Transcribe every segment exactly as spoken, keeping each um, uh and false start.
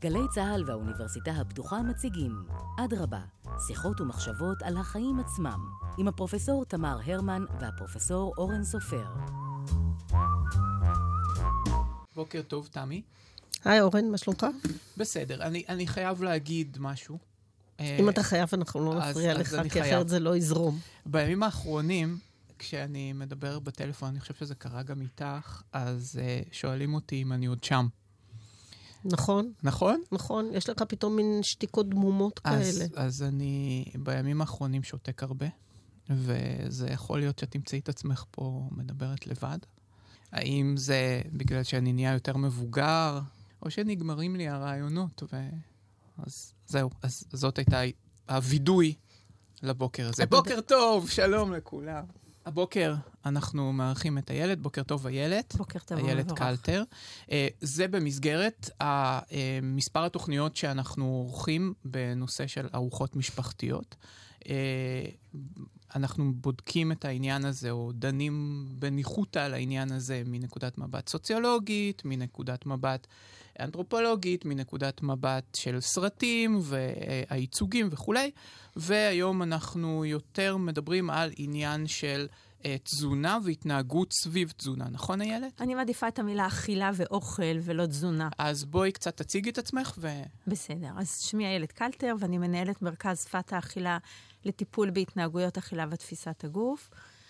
גלי צהל והאוניברסיטה הפתוחה מציגים אדרבה, שיחות ומחשבות על החיים עצמם, עם הפרופסור תמר הרמן והפרופסור אורן סופר. בוקר טוב, תמי. היי אורן, מה שלומך? בסדר, אני, אני חייב להגיד משהו. אם אתה חייב, אנחנו לא נפריע לך, כי אחרת זה לא יזרום. בימים האחרונים, כשאני מדבר בטלפון, אני חושב שזה קרה גם איתך, אז uh, שואלים אותי אם אני עוד שם. נכון. נכון? נכון, יש לך פתאום מין שתיקות דמומות אז, כאלה. אז אני בימים האחרונים שותק הרבה, וזה יכול להיות שאת תמצאי את עצמך פה מדברת לבד. האם זה בגלל שאני נהיה יותר מבוגר, או שנגמרים לי הרעיונות, ו... אז זהו, אז זאת הייתה הוידוי לבוקר הזה. בוקר טוב, שלום לכולם. הבוקר אנחנו מארחים את הילד, בוקר טוב הילד. בוקר טוב. הילד קלטר. זה במסגרת מספר התוכניות שאנחנו עורכים בנושא של ארוחות משפחתיות. אנחנו בודקים את העניין הזה, או דנים בניחותא על העניין הזה, מנקודת מבט סוציולוגית, מנקודת מבט אנתרופולוגית, מנקודת מבט של סרטים והייצוגים וכולי. והיום אנחנו יותר מדברים על עניין של תזונה והתנהגות סביב תזונה. נכון, הילד? אני מעדיפה את המילה אכילה ואוכל ולא תזונה. אז בואי קצת תציגי את עצמך ו... בסדר. אז שמי הילד קלטר, ואני מנהלת מרכז שפת האכילה לטיפול בהתנהגויות אכילה ותפיסת הגוף.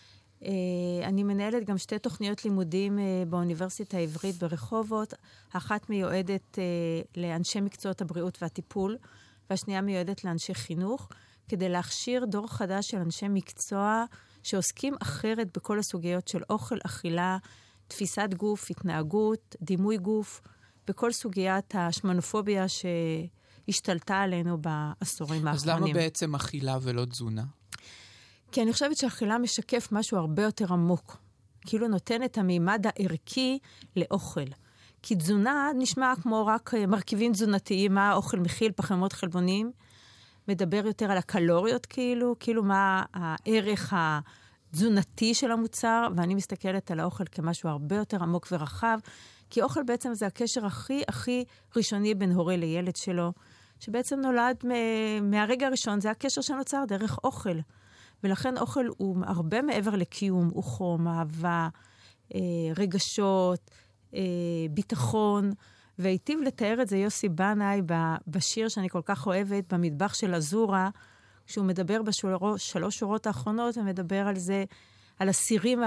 אני מנהלת גם שתי תוכניות לימודים באוניברסיטה העברית ברחובות. אחת מיועדת לאנשי מקצועות הבריאות והטיפול, והשנייה מיועדת לאנשי חינוך, כדי להכשיר דור חדש של אנשי מקצוע שעוסקים אחרת בכל הסוגיות של אוכל, אכילה, תפיסת גוף, התנהגות, דימוי גוף, בכל סוגיית השמנופוביה שהשתלטה עלינו בעשורים האחרונים. אז למה בעצם אכילה ולא תזונה? כי אני חושבת שהאכילה משקף משהו הרבה יותר עמוק. כאילו נותן את המימד הערכי לאוכל. כי תזונה נשמע כמו רק מרכיבים תזונתיים, מה האוכל מכיל, פחמימות חלבונים, מדבר יותר על הקלוריות כאילו, כאילו מה הערך התזונתי של המוצר, ואני מסתכלת על האוכל כמשהו הרבה יותר עמוק ורחב, כי אוכל בעצם זה הקשר הכי הכי ראשוני בין הורה לילד שלו, שבעצם נולד מהרגע הראשון, זה הקשר שנוצר דרך אוכל. ולכן אוכל הוא הרבה מעבר לקיום, הוא חום, אהבה, רגשות, ביטחון, והיטיב לתאר את זה יוסי בנאי בשיר שאני כל כך אוהבת, במטבח של אזורה, כשהוא מדבר בשלוש שורות האחרונות, ומדבר על זה, על הסירים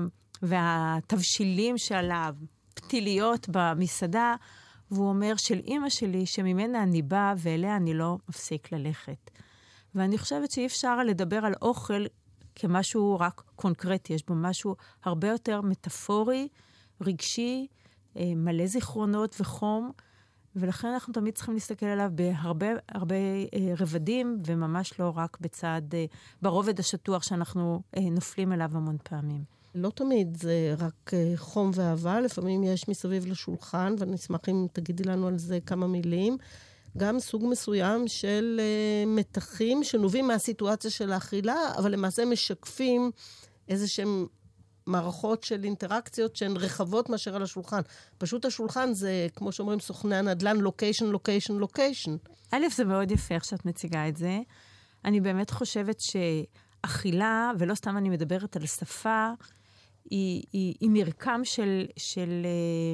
והתבשילים של הפתיליות במסעדה, והוא אומר של אמא שלי, שממנה אני באה ואליה אני לא מפסיק ללכת. ואני חושבת שאי אפשר לדבר על אוכל כמשהו רק קונקרטי, יש בו משהו הרבה יותר מטאפורי, רגשי, מלא זיכרונות וחום, ולכן אנחנו תמיד צריכים להסתכל עליו בהרבה הרבה רבדים, וממש לא רק בצד, ברובד השטוח שאנחנו נופלים אליו המון פעמים. לא תמיד זה רק חום ואהבה, לפעמים יש מסביב לשולחן, ואני אשמח אם תגידי לנו על זה כמה מילים, גם סוג מסוים של מתחים שנובעים מהסיטואציה של האכילה, אבל למעשה משקפים איזה שהם מערכות של אינטראקציות שהן רחבות מאשר על השולחן. פשוט השולחן זה, כמו שאומרים סוכני הנדל"ן, לוקיישן, לוקיישן, לוקיישן. א', זה מאוד יפה איך שאת מציגה את זה. אני באמת חושבת שאכילה, ולא סתם אני מדברת על שפה, היא, היא, היא מרקם של, של,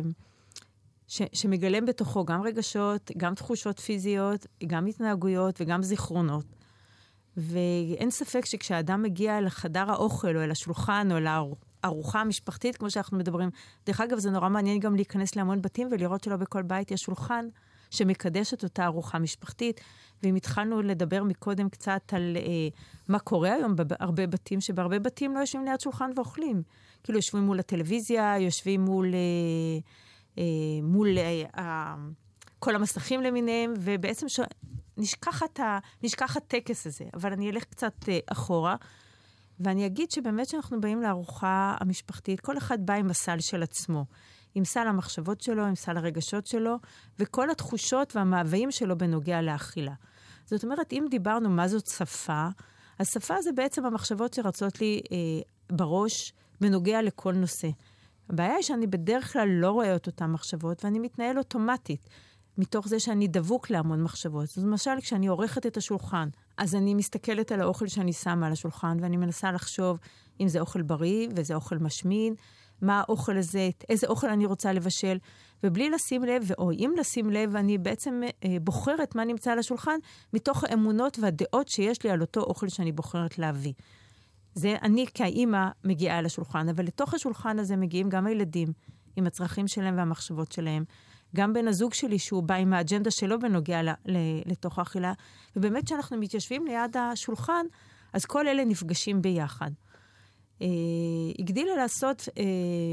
ש, שמגלם בתוכו גם רגשות, גם תחושות פיזיות, גם התנהגויות וגם זיכרונות. ואין ספק שכשאדם מגיע אל חדר האוכל, או אל השולחן, או אל הארוחה המשפחתית, כמו שאנחנו מדברים, דרך אגב, זה נורא מעניין גם להיכנס להמון בתים, ולראות שלא בכל בית יש שולחן שמקדש את אותה ארוחה משפחתית, ואם התחלנו לדבר מקודם קצת על אה, מה קורה היום בהרבה בתים, שבהרבה בתים לא יושבים ליד שולחן ואוכלים. כאילו יושבים מול הטלוויזיה, יושבים מול, אה, אה, מול אה, אה, כל המסכים למיניהם, ובעצם ש... נשכח את ה... נשכח הטקס הזה, אבל אני אלך קצת uh, אחורה, ואני אגיד שבאמת שאנחנו באים לארוחה המשפחתית, כל אחד בא עם הסל של עצמו, עם סל המחשבות שלו, עם סל הרגשות שלו, וכל התחושות והמאוויים שלו בנוגע לאכילה. זאת אומרת, אם דיברנו מה זאת שפה, השפה זה בעצם המחשבות שרצות לי אה, בראש בנוגע לכל נושא. הבעיה היא שאני בדרך כלל לא רואה את אותן מחשבות, ואני מתנהל אוטומטית. מתוך זה שאני דבוק להמון מחשבות. זאת למשל, כשאני עורכת את השולחן, אז אני מסתכלת על האוכל שאני שמה על השולחן, ואני מנסה לחשוב אם זה אוכל בריא וזה אוכל משמין, מה האוכל הזה, איזה אוכל אני רוצה לבשל, ובלי לשים לב, או אם לשים לב, אני בעצם אה, בוחרת מה נמצא על השולחן, מתוך האמונות והדעות שיש לי על אותו אוכל שאני בוחרת להביא. זה אני כאימא מגיעה על השולחן, אבל לתוך השולחן הזה מגיעים גם הילדים, עם הצרכים שלהם והמחשבות שלהם, גם בן הזוג שלי שהוא בא עם האג'נדה שלו בנוגע ל- ל- לתוך האכילה, ובאמת כשאנחנו מתיישבים ליד השולחן, אז כל אלה נפגשים ביחד. אה, הגדילה לעשות אה,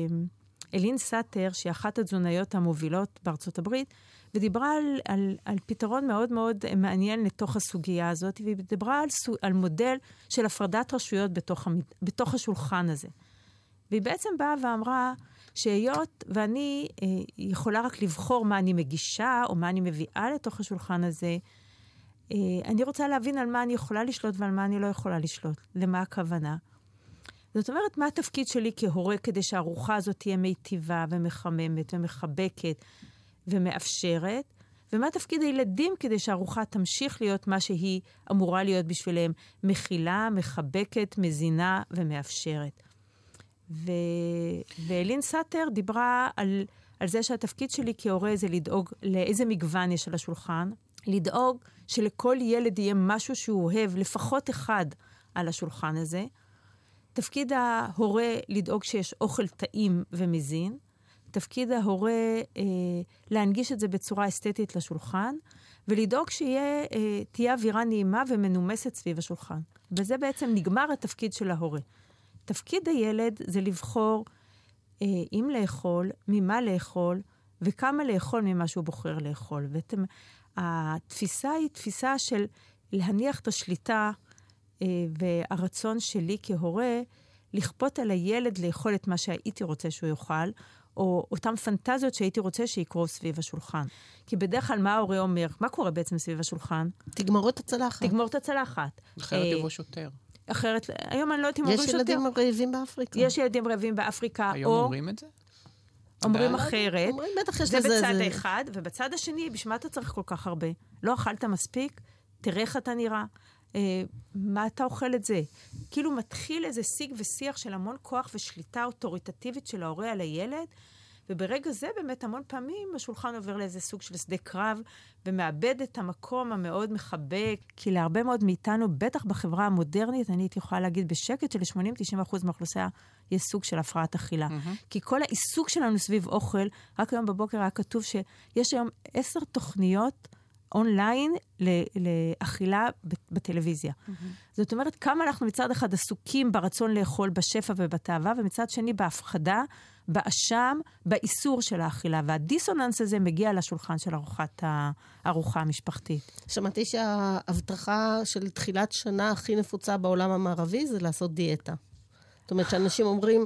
אלין סאטר, שהיא אחת התזונאיות המובילות בארצות הברית, ודיברה על, על, על פתרון מאוד מאוד מעניין לתוך הסוגיה הזאת, והיא דיברה על, על מודל של הפרדת רשויות בתוך, המד... בתוך השולחן הזה. והיא בעצם באה ואמרה שהיות ואני אה, יכולה רק לבחור מה אני מגישה, או מה אני מביאה לתוך השולחן הזה, אה, אני רוצה להבין על מה אני יכולה לשלוט ועל מה אני לא יכולה לשלוט. למה הכוונה? זאת אומרת, מה התפקיד שלי כהורה כדי שהארוחה הזאת תהיה מיטיבה ומחממת ומחבקת ומאפשרת, ומה תפקיד הילדים כדי שהארוחה תמשיך להיות מה שהיא אמורה להיות בשבילם, מכילה, מחבקת, מזינה ומאפשרת. ו... ואלין סאטר דיברה על, על זה שהתפקיד שלי כהורה זה לדאוג לאיזה מגוון יש על השולחן, לדאוג שלכל ילד יהיה משהו שהוא אוהב, לפחות אחד על השולחן הזה. תפקיד ההורה לדאוג שיש אוכל טעים ומזין, תפקיד ההורה אה, להנגיש את זה בצורה אסתטית לשולחן, ולדאוג שתהיה אה, אווירה נעימה ומנומסת סביב השולחן. וזה בעצם נגמר התפקיד של ההורה. תפקיד הילד זה לבחור אה, אם לאכול, ממה לאכול, וכמה לאכול ממה שהוא בוחר לאכול. ואתם, התפיסה היא תפיסה של להניח את השליטה אה, והרצון שלי כהורה, לכפות על הילד לאכול את מה שהייתי רוצה שהוא יאכל, או אותם פנטזיות שהייתי רוצה שיקרו סביב השולחן. כי בדרך כלל מה ההורה אומר? מה קורה בעצם סביב השולחן? תגמרו את הצלחת. תגמור את הצלחת. אחרת יבוא שוטר. אחרת, היום אני לא יודעת אם אומרים יש שוטר. ילדים רעבים באפריקה. יש ילדים רעבים באפריקה, היום או... אומרים את זה? אומרים אחרת. אומרים, בטח יש זה לזה... בצד זה... האחד, ובצד השני, בשביל מה אתה צריך כל כך הרבה? לא אכלת מספיק? תראה איך אתה נראה. אה, מה אתה אוכל את זה? כאילו מתחיל איזה שיג ושיח של המון כוח ושליטה אוטוריטטיבית של ההורה על הילד, וברגע זה באמת המון פעמים השולחן עובר לאיזה סוג של שדה קרב, ומאבד את המקום המאוד מחבק, כי להרבה מאוד מאיתנו, בטח בחברה המודרנית, אני הייתי יכולה להגיד בשקט של שמונים עד תשעים אחוז מהאוכלוסייה, יש סוג של הפרעת אכילה. Mm-hmm. כי כל העיסוק שלנו סביב אוכל, רק היום בבוקר היה כתוב שיש היום עשר תוכניות אונליין לאכילה בטלוויזיה. Mm-hmm. זאת אומרת, כמה אנחנו מצד אחד עסוקים ברצון לאכול בשפע ובתאווה, ומצד שני בהפחדה, באשם, באיסור של האכילה. והדיסוננס הזה מגיע לשולחן של ארוחת הארוחה המשפחתית. שמעתי שההבטחה של תחילת שנה הכי נפוצה בעולם המערבי זה לעשות דיאטה. זאת אומרת שאנשים אומרים,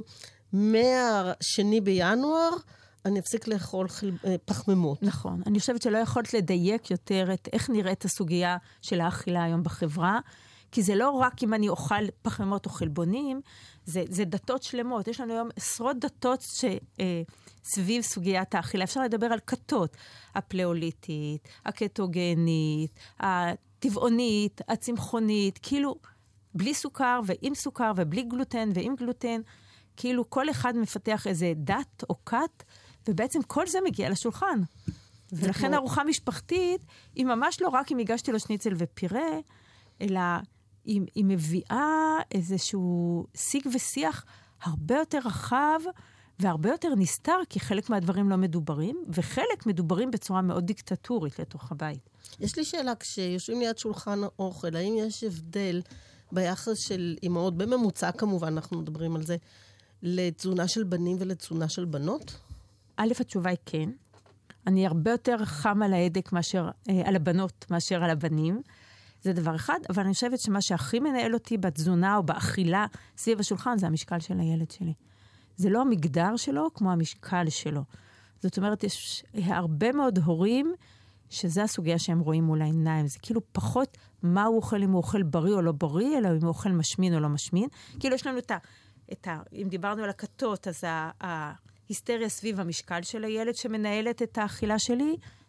מהשני בינואר, אני אפסיק לאכול פחמימות. נכון. אני חושבת שלא יכולת לדייק יותר את איך נראית הסוגיה של האכילה היום בחברה, כי זה לא רק אם אני אוכל פחמימות או חלבונים, זה, זה דתות שלמות. יש לנו היום עשרות דתות ש, אה, סביב סוגיית האכילה. אפשר לדבר על כתות, הפלאוליטית, הקטוגנית, הטבעונית, הצמחונית, כאילו בלי סוכר ועם סוכר ובלי גלוטן ועם גלוטן, כאילו כל אחד מפתח איזה דת או כת, ובעצם כל זה מגיע לשולחן. ולכן כמו... ארוחה משפחתית היא ממש לא רק אם הגשתי לו שניצל ופירה, אלא היא, היא מביאה איזשהו שיג ושיח הרבה יותר רחב והרבה יותר נסתר, כי חלק מהדברים לא מדוברים, וחלק מדוברים בצורה מאוד דיקטטורית לתוך הבית. יש לי שאלה, כשיושבים ליד שולחן האוכל, האם יש הבדל ביחס של אמהות, בממוצע כמובן, אנחנו מדברים על זה, לתזונה של בנים ולתזונה של בנות? א', התשובה היא כן. אני הרבה יותר חם על ההדק מאשר, אה, על הבנות מאשר על הבנים. זה דבר אחד, אבל אני חושבת שמה שהכי מנהל אותי בתזונה או באכילה סביב השולחן, זה המשקל של הילד שלי. זה לא המגדר שלו כמו המשקל שלו. זאת אומרת, יש הרבה מאוד הורים שזה הסוגיה שהם רואים מול העיניים. זה כאילו פחות מה הוא אוכל, אם הוא אוכל בריא או לא בריא, אלא אם הוא אוכל משמין או לא משמין. כאילו יש לנו את ה... את ה אם דיברנו על הכתות, אז ההיסטריה סביב המשקל של הילד שמנהלת את האכילה שלי,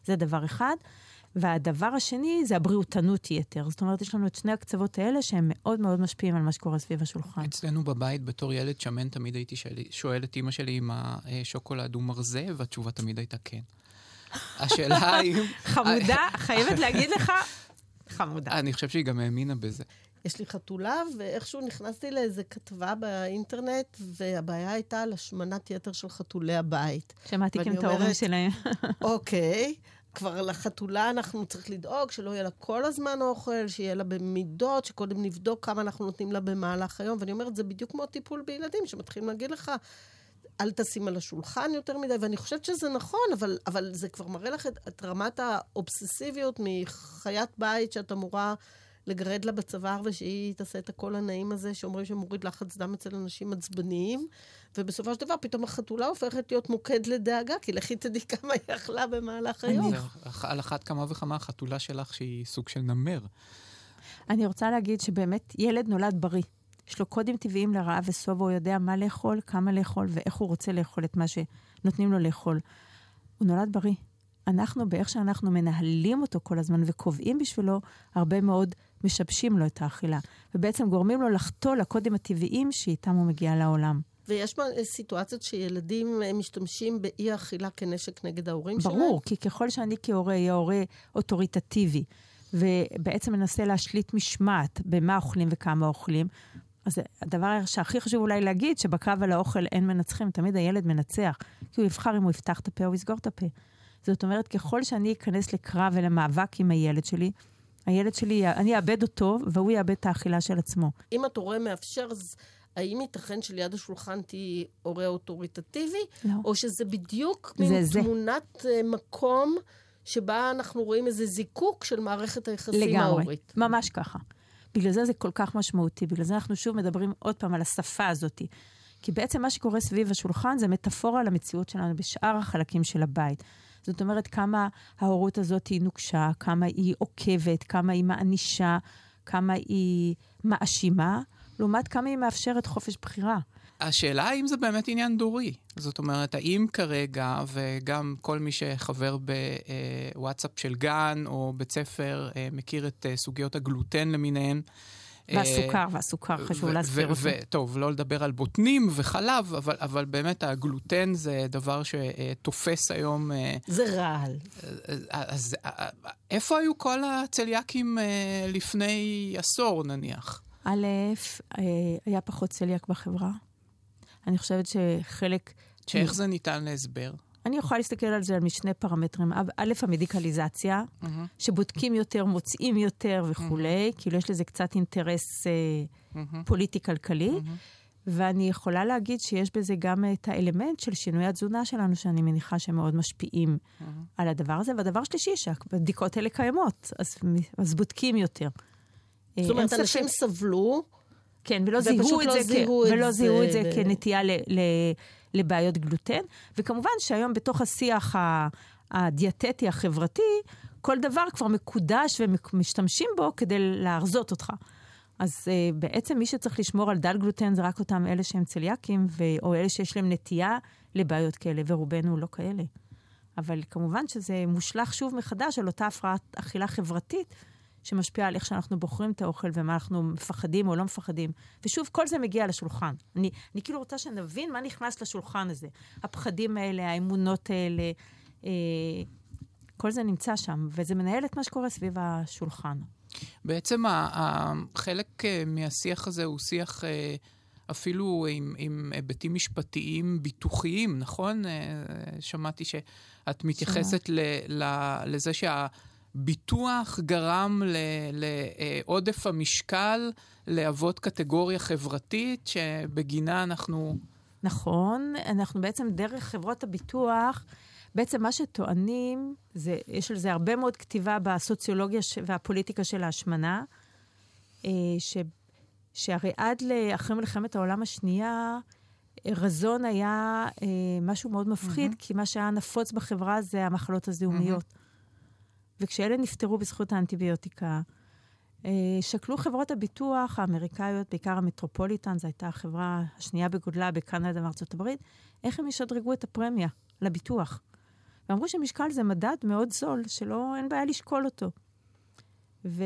זה דבר אחד. והדבר השני זה הבריאותנות יתר. זאת אומרת, יש לנו את שני הקצוות האלה שהם מאוד מאוד משפיעים על מה שקורה סביב השולחן. אצלנו בבית, בתור ילד שמן, תמיד הייתי שואל את אמא שלי אם השוקולד הוא מרזה, והתשובה תמיד הייתה כן. השאלה האם... חמודה, חייבת להגיד לך, חמודה. אני חושב שהיא גם האמינה בזה. יש לי חתולה, ואיכשהו נכנסתי לאיזה כתבה באינטרנט, והבעיה הייתה על השמנת יתר של חתולי הבית. שמעתי כאן את ההורים שלהם. אוקיי. כבר לחתולה אנחנו צריך לדאוג שלא יהיה לה כל הזמן אוכל, שיהיה לה במידות, שקודם נבדוק כמה אנחנו נותנים לה במהלך היום. ואני אומרת, זה בדיוק כמו טיפול בילדים, שמתחילים להגיד לך, אל תשים על השולחן יותר מדי, ואני חושבת שזה נכון, אבל, אבל זה כבר מראה לך את, את רמת האובססיביות מחיית בית שאת אמורה לגרד לה בצוואר, ושהיא תעשה את הכל הנעים הזה, שאומרים שמוריד לחץ דם אצל אנשים עצבניים, ובסופו של דבר פתאום החתולה הופכת להיות מוקד לדאגה, כי לכי תדעי כמה היא אכלה במהלך היום. על אחת כמה וכמה החתולה שלך שהיא סוג של נמר. אני רוצה להגיד שבאמת ילד נולד בריא. יש לו קודים טבעיים לרעה וסובה, הוא יודע מה לאכול, כמה לאכול, ואיך הוא רוצה לאכול את מה שנותנים לו לאכול. הוא נולד בריא. אנחנו, באיך שאנחנו מנהלים אותו כל הזמן וקובעים בשבילו, הרבה מאוד משבשים לו את האכילה. ובעצם גורמים לו לחטוא לקודים הטבעיים שאיתם הוא מגיע לעולם. ויש סיטואציות שילדים משתמשים באי האכילה כנשק נגד ההורים שלהם? ברור, כי ככל שאני כהורה יהיה הורה אוטוריטטיבי, ובעצם מנסה להשליט משמעת במה אוכלים וכמה אוכלים, אז הדבר שהכי חשוב אולי להגיד, שבקרב על האוכל אין מנצחים, תמיד הילד מנצח, כי הוא יבחר אם הוא יפתח את הפה או יסגור את הפה. זאת אומרת, ככל שאני אכנס לקרב ולמאבק עם הילד שלי, הילד שלי, אני אאבד אותו, והוא יאבד את האכילה של עצמו. אם את הורה מאפשר, אז האם ייתכן שליד השולחן תהי הורה אוטוריטטיבי? לא. או שזה בדיוק מין תמונת מקום שבה אנחנו רואים איזה זיקוק של מערכת היחסים ההורית? לגמרי, ממש ככה. בגלל זה זה כל כך משמעותי, בגלל זה אנחנו שוב מדברים עוד פעם על השפה הזאת. כי בעצם מה שקורה סביב השולחן זה מטאפורה על המציאות שלנו בשאר החלקים של הבית. זאת אומרת, כמה ההורות הזאת היא נוקשה, כמה היא עוקבת, כמה היא מענישה, כמה היא מאשימה, לעומת כמה היא מאפשרת חופש בחירה. השאלה האם זה באמת עניין דורי. זאת אומרת, האם כרגע, וגם כל מי שחבר בוואטסאפ של גן או בית ספר, מכיר את סוגיות הגלוטן למיניהן, והסוכר, והסוכר חשוב להסביר אותו. טוב, לא לדבר על בוטנים וחלב, אבל, אבל באמת הגלוטן זה דבר שתופס היום. זה רעל. אז איפה היו כל הצליאקים לפני עשור נניח? א', היה פחות צליאק בחברה. אני חושבת שחלק... שאיך זה ניתן להסבר? אני יכולה להסתכל על זה על משני פרמטרים. א', המדיקליזציה, mm-hmm. שבודקים יותר, מוצאים יותר וכו', mm-hmm. כאילו יש לזה קצת אינטרס mm-hmm. פוליטי-כלכלי, mm-hmm. ואני יכולה להגיד שיש בזה גם את האלמנט של שינוי התזונה שלנו, שאני מניחה שמאוד משפיעים mm-hmm. על הדבר הזה, והדבר שלישי, שהבדיקות האלה קיימות, אז, אז בודקים יותר. זאת אומרת, אנשים סבלו, כן, ולא זיהו את זה, ולא זיהו את זה כנטייה ל... לבעיות גלוטן, וכמובן שהיום בתוך השיח הדיאטטי החברתי, כל דבר כבר מקודש ומשתמשים בו כדי להרזות אותך. אז uh, בעצם מי שצריך לשמור על דל גלוטן זה רק אותם אלה שהם צליאקים, ו- או אלה שיש להם נטייה לבעיות כאלה, ורובנו לא כאלה. אבל כמובן שזה מושלך שוב מחדש על אותה הפרעת אכילה חברתית, שמשפיע על איך שאנחנו בוחרים את האוכל, ומה אנחנו מפחדים או לא מפחדים. ושוב, כל זה מגיע לשולחן. אני, אני כאילו רוצה שנבין מה נכנס לשולחן הזה. הפחדים האלה, האמונות האלה, אה, כל זה נמצא שם, וזה מנהל את מה שקורה סביב השולחן. בעצם החלק מהשיח הזה הוא שיח אפילו עם, עם היבטים משפטיים ביטוחיים, נכון? שמעתי שאת מתייחסת ל, ל, לזה שה... ביטוח גרם לעודף המשקל, להוות קטגוריה חברתית, שבגינה אנחנו... נכון, אנחנו בעצם דרך חברות הביטוח, בעצם מה שטוענים, זה, יש על זה הרבה מאוד כתיבה בסוציולוגיה והפוליטיקה של ההשמנה, ש, שהרי עד לאחרי מלחמת העולם השנייה, רזון היה משהו מאוד מפחיד, mm-hmm. כי מה שהיה נפוץ בחברה זה המחלות הזיהומיות. Mm-hmm. וכשאלה נפטרו בזכות האנטיביוטיקה, שקלו חברות הביטוח האמריקאיות, בעיקר המטרופוליטן, זו הייתה החברה השנייה בגודלה בקנדה וארצות הברית, איך הם ישדרגו את הפרמיה לביטוח. ואמרו שמשקל זה מדד מאוד זול, שלא, אין בעיה לשקול אותו. ו...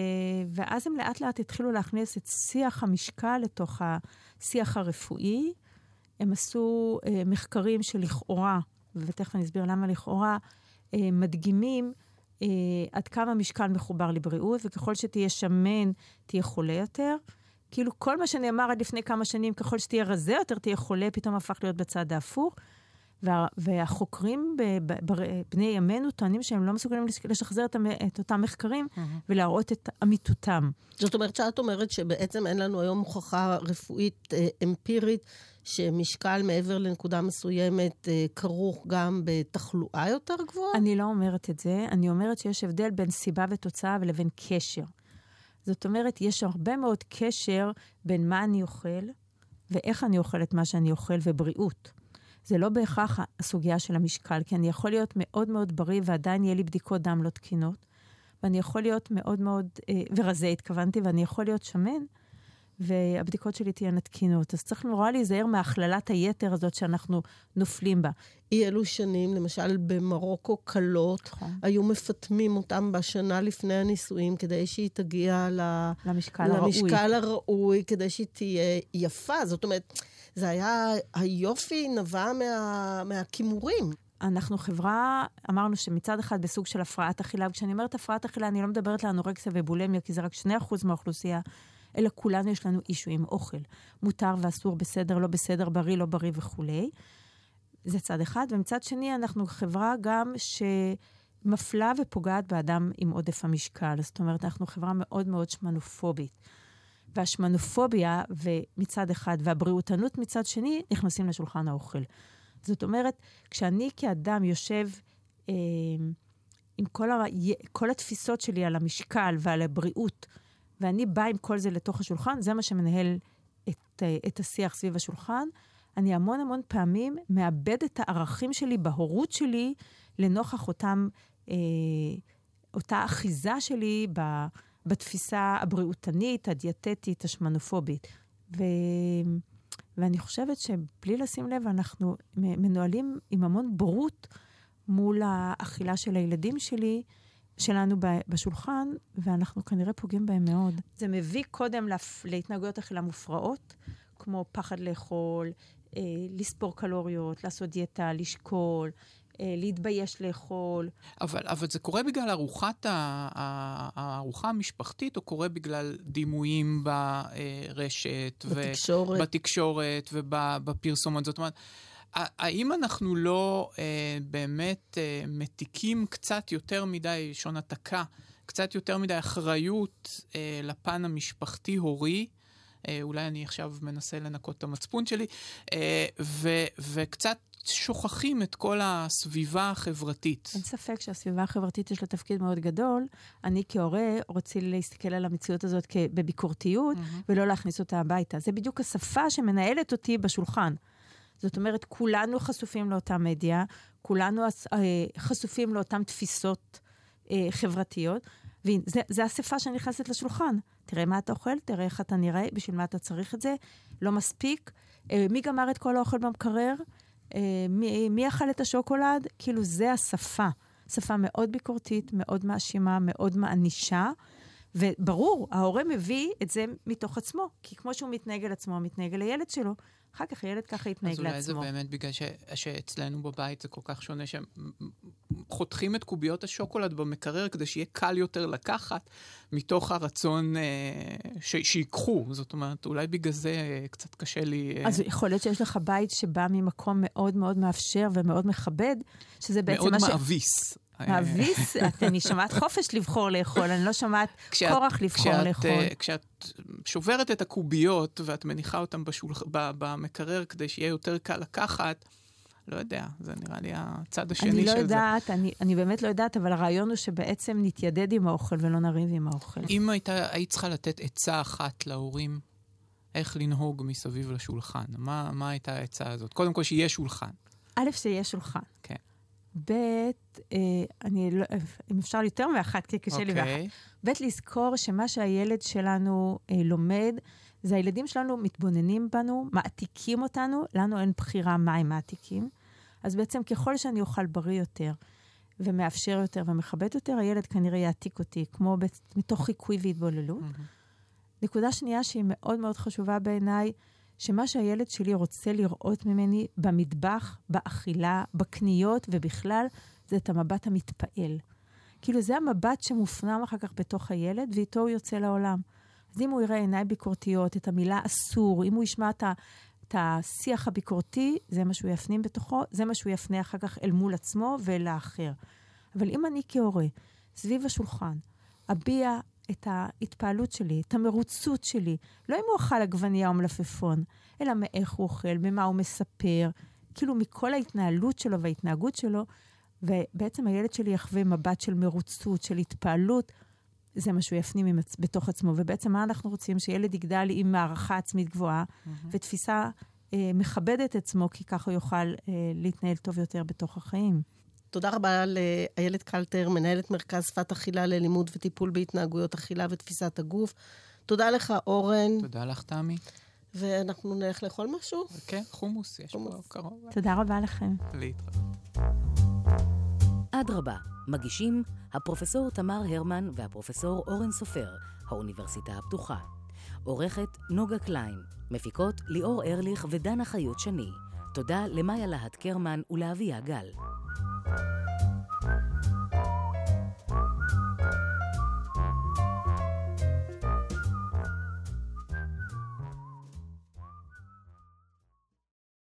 ואז הם לאט לאט התחילו להכניס את שיח המשקל לתוך השיח הרפואי. הם עשו אה, מחקרים שלכאורה, ותכף אני אסביר למה לכאורה, אה, מדגימים אה, עד כמה משקל מחובר לבריאות, וככל שתהיה שמן, תהיה חולה יותר. כאילו כל מה שנאמר עד לפני כמה שנים, ככל שתהיה רזה יותר, תהיה חולה, פתאום הפך להיות בצד ההפוך. וה, והחוקרים בבני ימינו טוענים שהם לא מסוגלים לשחזר את, את אותם מחקרים mm-hmm. ולהראות את אמיתותם. זאת אומרת שאת אומרת שבעצם אין לנו היום הוכחה רפואית אה, אמפירית שמשקל מעבר לנקודה מסוימת אה, כרוך גם בתחלואה יותר גבוהה? אני לא אומרת את זה. אני אומרת שיש הבדל בין סיבה ותוצאה ולבין קשר. זאת אומרת, יש הרבה מאוד קשר בין מה אני אוכל ואיך אני אוכל את מה שאני אוכל ובריאות. זה לא בהכרח הסוגיה של המשקל, כי אני יכול להיות מאוד מאוד בריא, ועדיין יהיה לי בדיקות דם לא תקינות, ואני יכול להיות מאוד מאוד, אה, ורזה התכוונתי, ואני יכול להיות שמן, והבדיקות שלי תהיינה תקינות. אז צריך נורא להיזהר מהכללת היתר הזאת שאנחנו נופלים בה. אי אלו שנים, למשל במרוקו קלות, נכון. היו מפתמים אותם בשנה לפני הנישואים, כדי שהיא תגיע ל... למשקל, למשקל הראוי. הראוי, כדי שהיא תהיה יפה. זאת אומרת, זה היה, היופי נבע מה, מהכימורים. אנחנו חברה, אמרנו שמצד אחד בסוג של הפרעת אכילה, וכשאני אומרת הפרעת אכילה, אני לא מדברת לאנורקסיה ובולמיה, כי זה רק שני אחוז מהאוכלוסייה, אלא כולנו יש לנו אישו עם אוכל. מותר ואסור, בסדר, לא בסדר, בריא, לא בריא וכו'. זה צד אחד. ומצד שני, אנחנו חברה גם שמפלה ופוגעת באדם עם עודף המשקל. זאת אומרת, אנחנו חברה מאוד מאוד שמנופובית. והשמנופוביה ומצד אחד, והבריאותנות מצד שני, נכנסים לשולחן האוכל. זאת אומרת, כשאני כאדם יושב אה, עם כל, ה, כל התפיסות שלי על המשקל ועל הבריאות, ואני באה עם כל זה לתוך השולחן, זה מה שמנהל את, את השיח סביב השולחן, אני המון המון פעמים מאבד את הערכים שלי בהורות שלי, לנוכח אותם, אה, אותה אחיזה שלי ב, בתפיסה הבריאותנית, הדיאטטית, השמנופובית. ו, ואני חושבת שבלי לשים לב, אנחנו מנוהלים עם המון בורות מול האכילה של הילדים שלי, שלנו בשולחן, ואנחנו כנראה פוגעים בהם מאוד. זה מביא קודם להתנהגויות אכילה מופרעות, כמו פחד לאכול, אה, לספור קלוריות, לעשות דיאטה, לשקול, אה, להתבייש לאכול. אבל, אבל זה קורה בגלל ארוחת ה, הארוחה המשפחתית, או קורה בגלל דימויים ברשת, בתקשורת, ובתקשורת ובפרסומות? זאת אומרת, האם אנחנו לא אה, באמת אה, מתיקים קצת יותר מדי, שון התקה, קצת יותר מדי אחריות אה, לפן המשפחתי-הורי, אה, אולי אני עכשיו מנסה לנקות את המצפון שלי, אה, ו- וקצת שוכחים את כל הסביבה החברתית. אין ספק שהסביבה החברתית יש לה תפקיד מאוד גדול. אני כהורה רוצה להסתכל על המציאות הזאת בביקורתיות, mm-hmm. ולא להכניס אותה הביתה. זה בדיוק השפה שמנהלת אותי בשולחן. זאת אומרת, כולנו חשופים לאותה מדיה, כולנו חשופים לאותן תפיסות אה, חברתיות, וזה זה השפה שנכנסת לשולחן. תראה מה אתה אוכל, תראה איך אתה נראה, בשביל מה אתה צריך את זה, לא מספיק. אה, מי גמר את כל האוכל במקרר? אה, מי, מי אכל את השוקולד? כאילו זה השפה. שפה מאוד ביקורתית, מאוד מאשימה, מאוד מענישה, וברור, ההורה מביא את זה מתוך עצמו, כי כמו שהוא מתנהג על עצמו, מתנהג על הילד שלו, אחר כך ילד ככה יתנהג לעצמו. אז אולי זה באמת בגלל ש... שאצלנו בבית זה כל כך שונה, שהם חותכים את קוביות השוקולד במקרר, כדי שיהיה קל יותר לקחת, מתוך הרצון אה, ש... שיקחו. זאת אומרת, אולי בגלל זה אה, קצת קשה לי... אה... אז יכול להיות שיש לך בית שבא ממקום מאוד מאוד מאפשר ומאוד מכבד, שזה בעצם מאוד מה ש... מאוד מאביס. מאביס? אני שומעת חופש לבחור לאכול, אני לא שומעת כורח לבחור כשאת, לאכול. כשאת שוברת את הקוביות, ואת מניחה אותן בשולח... במקרר, כדי שיהיה יותר קל לקחת, לא יודע, זה נראה לי הצד השני של זה. זה. אני לא יודעת, אני, אני באמת לא יודעת, אבל הרעיון הוא שבעצם נתיידד עם האוכל, ולא נריב עם האוכל. אם הייתה, היית צריכה לתת עצה אחת להורים, איך לנהוג מסביב לשולחן, מה, מה הייתה העצה הזאת? קודם כל שיהיה שולחן. א', שיהיה שולחן. כן. ב', אה, אני לא, אם אפשר יותר מאחת, כי קשה לי באחת. ב', לזכור שמה שהילד שלנו אה, לומד, זה הילדים שלנו מתבוננים בנו, מעתיקים אותנו, לנו אין בחירה מה הם מעתיקים. אז בעצם ככל שאני אוכל בריא יותר, ומאפשר יותר ומכבד יותר, הילד כנראה יעתיק אותי, כמו מתוך חיקוי והתבוללות. Mm-hmm. נקודה שנייה שהיא מאוד מאוד חשובה בעיניי, שמה שהילד שלי רוצה לראות ממני במטבח, באכילה, בקניות ובכלל, זה את המבט המתפעל. כאילו זה המבט שמופנם אחר כך בתוך הילד, ואיתו הוא יוצא לעולם. אז אם הוא יראה עיניי ביקורתיות, את המילה אסור, אם הוא ישמע את, ה, את השיח הביקורתי, זה מה שהוא יפנים בתוכו, זה מה שהוא יפנה אחר כך אל מול עצמו ואל האחר. אבל אם אני כהורה, סביב השולחן, אביע את ההתפעלות שלי, את המרוצות שלי, לא אם הוא אכל עגבנייה או מלפפון, אלא מאיך הוא אוכל, ממה הוא מספר, כאילו מכל ההתנהלות שלו וההתנהגות שלו, ובעצם הילד שלי יחווה מבט של מרוצות, של התפעלות, זה מה שהוא יפנים בתוך עצמו. ובעצם מה אנחנו רוצים? שילד יגדל עם מערכה עצמית גבוהה, mm-hmm. ותפיסה אה, מכבדת עצמו, כי ככה הוא יוכל אה, להתנהל טוב יותר בתוך החיים. תודה רבה לאיילת קלטר, מנהלת מרכז שפת אכילה ללימוד וטיפול בהתנהגויות אכילה ותפיסת הגוף. תודה לך, אורן. תודה לך, תמי. ואנחנו נלך לאכול משהו? כן, חומוס, יש פה קרוב. תודה רבה לכם. להתראות. אדרבה, מגישים הפרופסור תמר הרמן והפרופסור אורן סופר, האוניברסיטה הפתוחה. עורכת נוגה קליין, מפיקות ליאור ארליך ודנה חיות שני. תודה למאיה להט קרמן ולאביה גל.